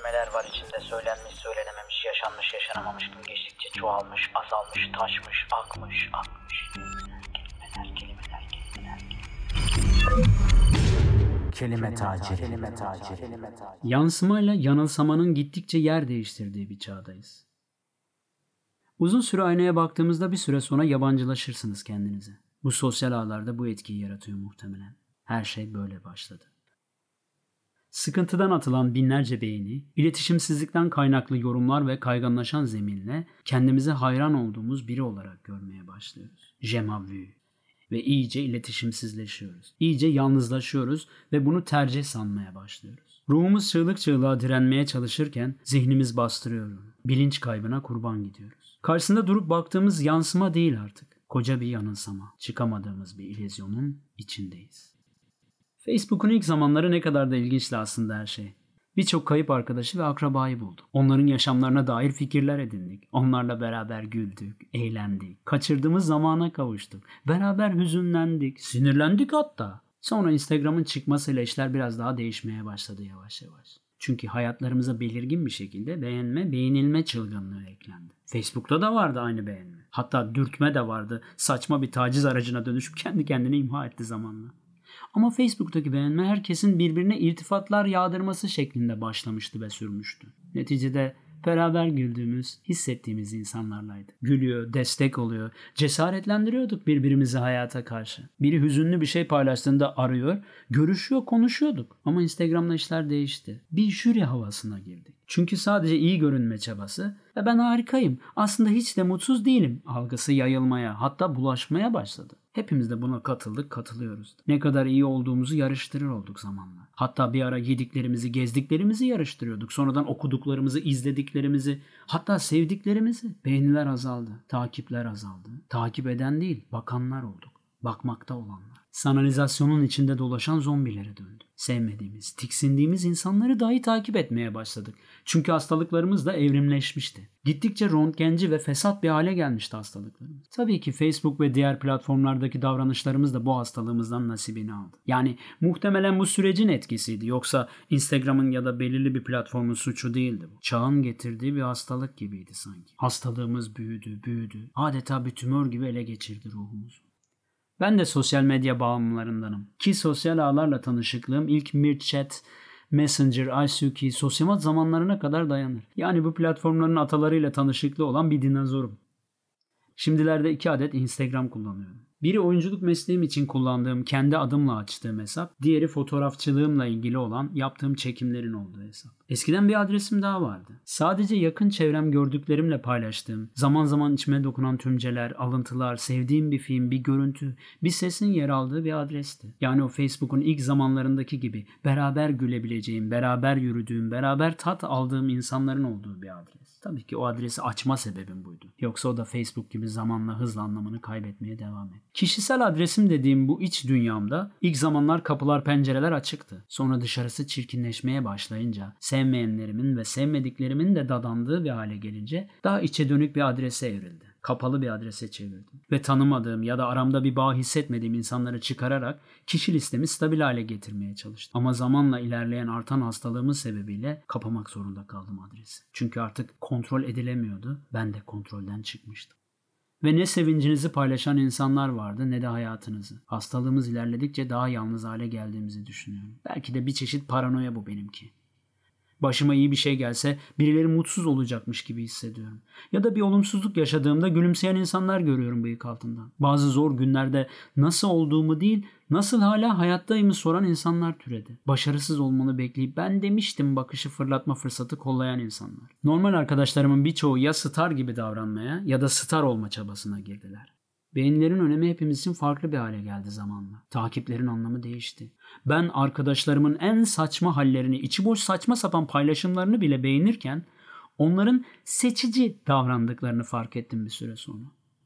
kelimeler var içinde, söylenmiş söylenememiş, yaşanmış yaşanamamış, gün geçtikçe çoğalmış, azalmış, taşmış, akmış. Kelimeler. Kelime tacir. Yansımayla yanılsamanın gittikçe yer değiştirdiği bir çağdayız. Uzun süre aynaya baktığımızda bir süre sonra yabancılaşırsınız kendinize. Bu sosyal ağlarda bu etkiyi yaratıyor muhtemelen. Her şey böyle başladı. Sıkıntıdan atılan binlerce beğeni, iletişimsizlikten kaynaklı yorumlar ve kayganlaşan zeminle kendimize hayran olduğumuz biri olarak görmeye başlıyoruz. Je m'en veux. Ve iyice iletişimsizleşiyoruz. İyice yalnızlaşıyoruz ve bunu tercih sanmaya başlıyoruz. Ruhumuz çığlık çığlığa direnmeye çalışırken zihnimiz bastırıyor onu. Bilinç kaybına kurban gidiyoruz. Karşısında durup baktığımız yansıma değil artık. Koca bir yanılsama. Çıkamadığımız bir illüzyonun içindeyiz. Facebook'un ilk zamanları ne kadar da ilginçti aslında her şey. Birçok kayıp arkadaşı ve akrabayı bulduk. Onların yaşamlarına dair fikirler edindik. Onlarla beraber güldük, eğlendik, kaçırdığımız zamana kavuştuk. Beraber hüzünlendik, sinirlendik hatta. Sonra Instagram'ın çıkmasıyla işler biraz daha değişmeye başladı yavaş yavaş. Çünkü hayatlarımıza belirgin bir şekilde beğenilme çılgınlığı eklendi. Facebook'ta da vardı aynı beğenme. Hatta dürtme de vardı. Saçma bir taciz aracına dönüşüp kendi kendine imha etti zamanla. Ama Facebook'taki beğenme herkesin birbirine irtifatlar yağdırması şeklinde başlamıştı ve sürmüştü. Neticede beraber güldüğümüz, hissettiğimiz insanlarlaydı. Gülüyor, destek oluyor, cesaretlendiriyorduk birbirimizi hayata karşı. Biri hüzünlü bir şey paylaştığında arıyor, görüşüyor, konuşuyorduk. Ama Instagram'da işler değişti. Bir jüri havasına girdik. Çünkü sadece iyi görünme çabası ve ben harikayım, aslında hiç de mutsuz değilim algısı yayılmaya, hatta bulaşmaya başladı. Hepimiz de buna katılıyoruz. Ne kadar iyi olduğumuzu yarıştırır olduk zamanla. Hatta bir ara yediklerimizi, gezdiklerimizi yarıştırıyorduk. Sonradan okuduklarımızı, izlediklerimizi, hatta sevdiklerimizi. Beğeniler azaldı, takipler azaldı. Takip eden değil, bakanlar olduk. Bakmakta olanlar. Sanalizasyonun içinde dolaşan zombilere döndü. Sevmediğimiz, tiksindiğimiz insanları dahi takip etmeye başladık. Çünkü hastalıklarımız da evrimleşmişti. Gittikçe röntgenci ve fesat bir hale gelmişti hastalıklarımız. Tabii ki Facebook ve diğer platformlardaki davranışlarımız da bu hastalığımızdan nasibini aldı. Yani muhtemelen bu sürecin etkisiydi. Yoksa Instagram'ın ya da belirli bir platformun suçu değildi bu. Çağın getirdiği bir hastalık gibiydi sanki. Hastalığımız büyüdü. Adeta bir tümör gibi ele geçirdi ruhumuzu. Ben de sosyal medya bağımlılarındanım. Ki sosyal ağlarla tanışıklığım ilk Mirchat, Messenger, ICQ, Sosyamat zamanlarına kadar dayanır. Yani bu platformların atalarıyla tanışıklığı olan bir dinozorum. Şimdilerde 2 adet Instagram kullanıyorum. Biri oyunculuk mesleğim için kullandığım, kendi adımla açtığım hesap. Diğeri fotoğrafçılığımla ilgili olan yaptığım çekimlerin olduğu hesap. Eskiden bir adresim daha vardı. Sadece yakın çevrem gördüklerimle paylaştığım, zaman zaman içime dokunan tümceler, alıntılar, sevdiğim bir film, bir görüntü, bir sesin yer aldığı bir adresti. Yani o Facebook'un ilk zamanlarındaki gibi beraber gülebileceğim, beraber yürüdüğüm, beraber tat aldığım insanların olduğu bir adres. Tabii ki o adresi açma sebebim buydu. Yoksa o da Facebook gibi zamanla hızla anlamını kaybetmeye devam etti. Kişisel adresim dediğim bu iç dünyamda ilk zamanlar kapılar pencereler açıktı. Sonra dışarısı çirkinleşmeye başlayınca, sevmeyenlerimin ve sevmediklerimin de dadandığı bir hale gelince daha içe dönük bir adrese evrildi. Kapalı bir adrese çevirdim. Ve tanımadığım ya da aramda bir bağ hissetmediğim insanları çıkararak kişi listemi stabil hale getirmeye çalıştım. Ama zamanla ilerleyen artan hastalığımın sebebiyle kapamak zorunda kaldım adresi. Çünkü artık kontrol edilemiyordu. Ben de kontrolden çıkmıştım. Ve ne sevincinizi paylaşan insanlar vardı ne de hayatınızı. Hastalığımız ilerledikçe daha yalnız hale geldiğimizi düşünüyorum. Belki de bir çeşit paranoya bu benimki. Başıma iyi bir şey gelse birileri mutsuz olacakmış gibi hissediyorum. Ya da bir olumsuzluk yaşadığımda gülümseyen insanlar görüyorum bıyık altından. Bazı zor günlerde nasıl olduğumu değil, nasıl hala hayattayımı soran insanlar türedi. Başarısız olmanı bekleyip ben demiştim bakışı fırlatma fırsatı kollayan insanlar. Normal arkadaşlarımın birçoğu ya star gibi davranmaya ya da star olma çabasına girdiler. Beğenilerin önemi hepimiz için farklı bir hale geldi zamanla. Takiplerin anlamı değişti. Ben arkadaşlarımın en saçma hallerini, içi boş saçma sapan paylaşımlarını bile beğenirken onların seçici davrandıklarını fark ettim bir süre sonra.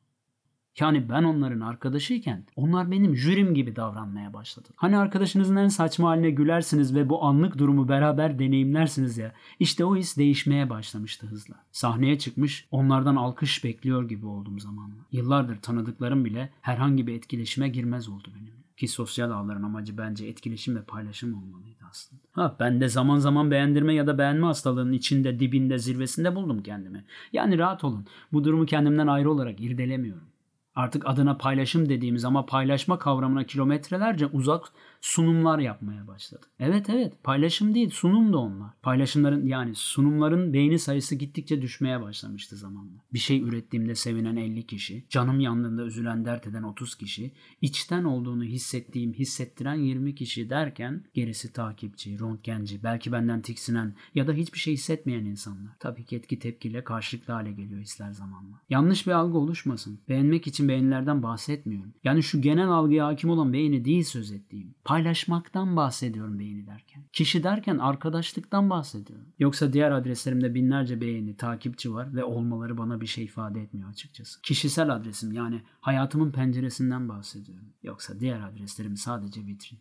Yani ben onların arkadaşıyken onlar benim jürim gibi davranmaya başladı. Hani arkadaşınızın en saçma haline gülersiniz ve bu anlık durumu beraber deneyimlersiniz ya. İşte o his değişmeye başlamıştı hızla. Sahneye çıkmış onlardan alkış bekliyor gibi oldum zamanla. Yıllardır tanıdıklarım bile herhangi bir etkileşime girmez oldu benimle. Ki sosyal ağların amacı bence etkileşim ve paylaşım olmalıydı. aslında. Ben de zaman zaman beğendirme ya da beğenme hastalığının içinde, dibinde, zirvesinde buldum kendimi. Yani rahat olun. Bu durumu kendimden ayrı olarak irdelemiyorum. Artık adına paylaşım dediğimiz ama paylaşma kavramına kilometrelerce uzak sunumlar yapmaya başladık. Evet, paylaşım değil, sunum da onlar. Paylaşımların, yani sunumların beğeni sayısı gittikçe düşmeye başlamıştı zamanla. Bir şey ürettiğimde sevinen 50 kişi, canım yandığında üzülen, dert eden 30 kişi, içten olduğunu hissettiren 20 kişi derken gerisi takipçi, röntgenci, belki benden tiksinen ya da hiçbir şey hissetmeyen insanlar. Tabii ki etki tepkiyle karşılıklı hale geliyor hisler zamanla. Yanlış bir algı oluşmasın. Beğenmek için beğenilerden bahsetmiyorum. Yani şu genel algıya hakim olan beğeni değil söz ettiğim. Paylaşmaktan bahsediyorum beğeni derken. Kişi derken arkadaşlıktan bahsediyorum. Yoksa diğer adreslerimde binlerce beğeni, takipçi var ve olmaları bana bir şey ifade etmiyor açıkçası. Kişisel adresim, yani hayatımın penceresinden bahsediyorum. Yoksa diğer adreslerim sadece vitrin.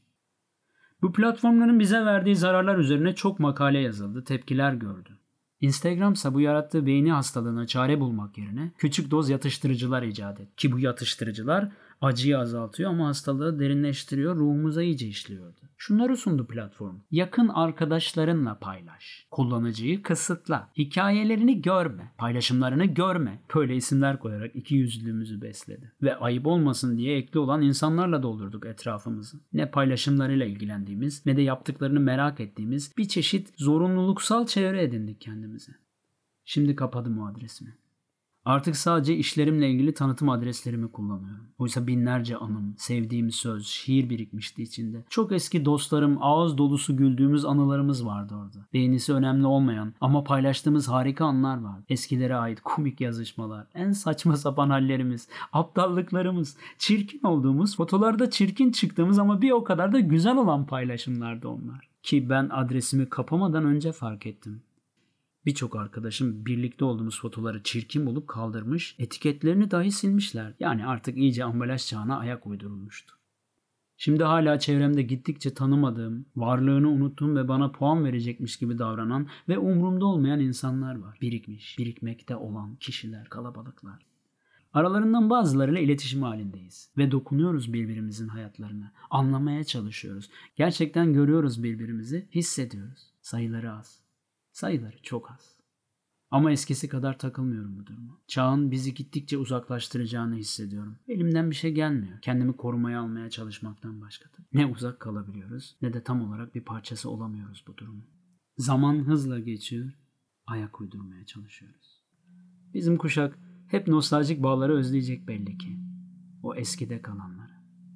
Bu platformların bize verdiği zararlar üzerine çok makale yazıldı, tepkiler gördü. Instagram ise bu yarattığı beğeni hastalığına çare bulmak yerine küçük doz yatıştırıcılar icat etti. Ki bu yatıştırıcılar acıyı azaltıyor ama hastalığı derinleştiriyor, ruhumuza iyice işliyordu. Şunları sundu platform. Yakın arkadaşlarınla paylaş. Kullanıcıyı kısıtla. Hikayelerini görme. Paylaşımlarını görme. Böyle isimler koyarak ikiyüzlülüğümüzü besledi. Ve ayıp olmasın diye ekli olan insanlarla doldurduk etrafımızı. Ne paylaşımlarıyla ilgilendiğimiz ne de yaptıklarını merak ettiğimiz bir çeşit zorunluluksal çevre edindik kendimize. Şimdi kapadım o adresimi. Artık sadece işlerimle ilgili tanıtım adreslerimi kullanıyorum. Oysa binlerce anım, sevdiğim söz, şiir birikmişti içinde. Çok eski dostlarım, ağız dolusu güldüğümüz anılarımız vardı orada. Beğenisi önemli olmayan ama paylaştığımız harika anlar vardı. Eskilere ait komik yazışmalar, en saçma sapan hallerimiz, aptallıklarımız, çirkin olduğumuz, fotolarda çirkin çıktığımız ama bir o kadar da güzel olan paylaşımlardı onlar. Ki ben adresimi kapamadan önce fark ettim. Birçok arkadaşım birlikte olduğumuz fotoları çirkin bulup kaldırmış, etiketlerini dahi silmişler. Yani artık iyice ambalaj çağına ayak uydurulmuştu. Şimdi hala çevremde gittikçe tanımadığım, varlığını unuttuğum ve bana puan verecekmiş gibi davranan ve umurumda olmayan insanlar var. Birikmekte olan kişiler, kalabalıklar. Aralarından bazılarıyla iletişim halindeyiz ve dokunuyoruz birbirimizin hayatlarına. Anlamaya çalışıyoruz. Gerçekten görüyoruz birbirimizi, hissediyoruz. Sayıları az. Sayıları çok az. Ama eskisi kadar takılmıyorum bu duruma. Çağın bizi gittikçe uzaklaştıracağını hissediyorum. Elimden bir şey gelmiyor. Kendimi korumaya almaya çalışmaktan başka. Ne uzak kalabiliyoruz ne de tam olarak bir parçası olamıyoruz bu durumun. Zaman hızla geçiyor, ayak uydurmaya çalışıyoruz. Bizim kuşak hep nostaljik bağları özleyecek belli ki. O eskide kalanları.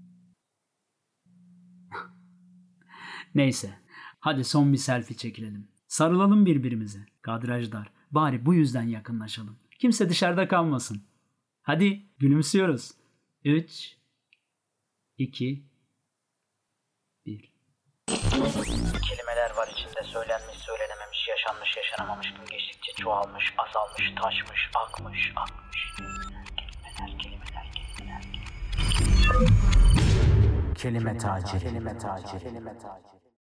Neyse, hadi son bir selfie çekilelim. Sarılalım birbirimize. Kadraj dar. Bari bu yüzden yakınlaşalım. Kimse dışarıda kalmasın. Hadi gülümsüyoruz. 3, 2, 1. Kelimeler var içinde, söylenmiş söylenememiş, yaşanmış yaşanamamış, gün geçtikçe çoğalmış, azalmış, taşmış, akmış. Kelimeler. Kelime taciri.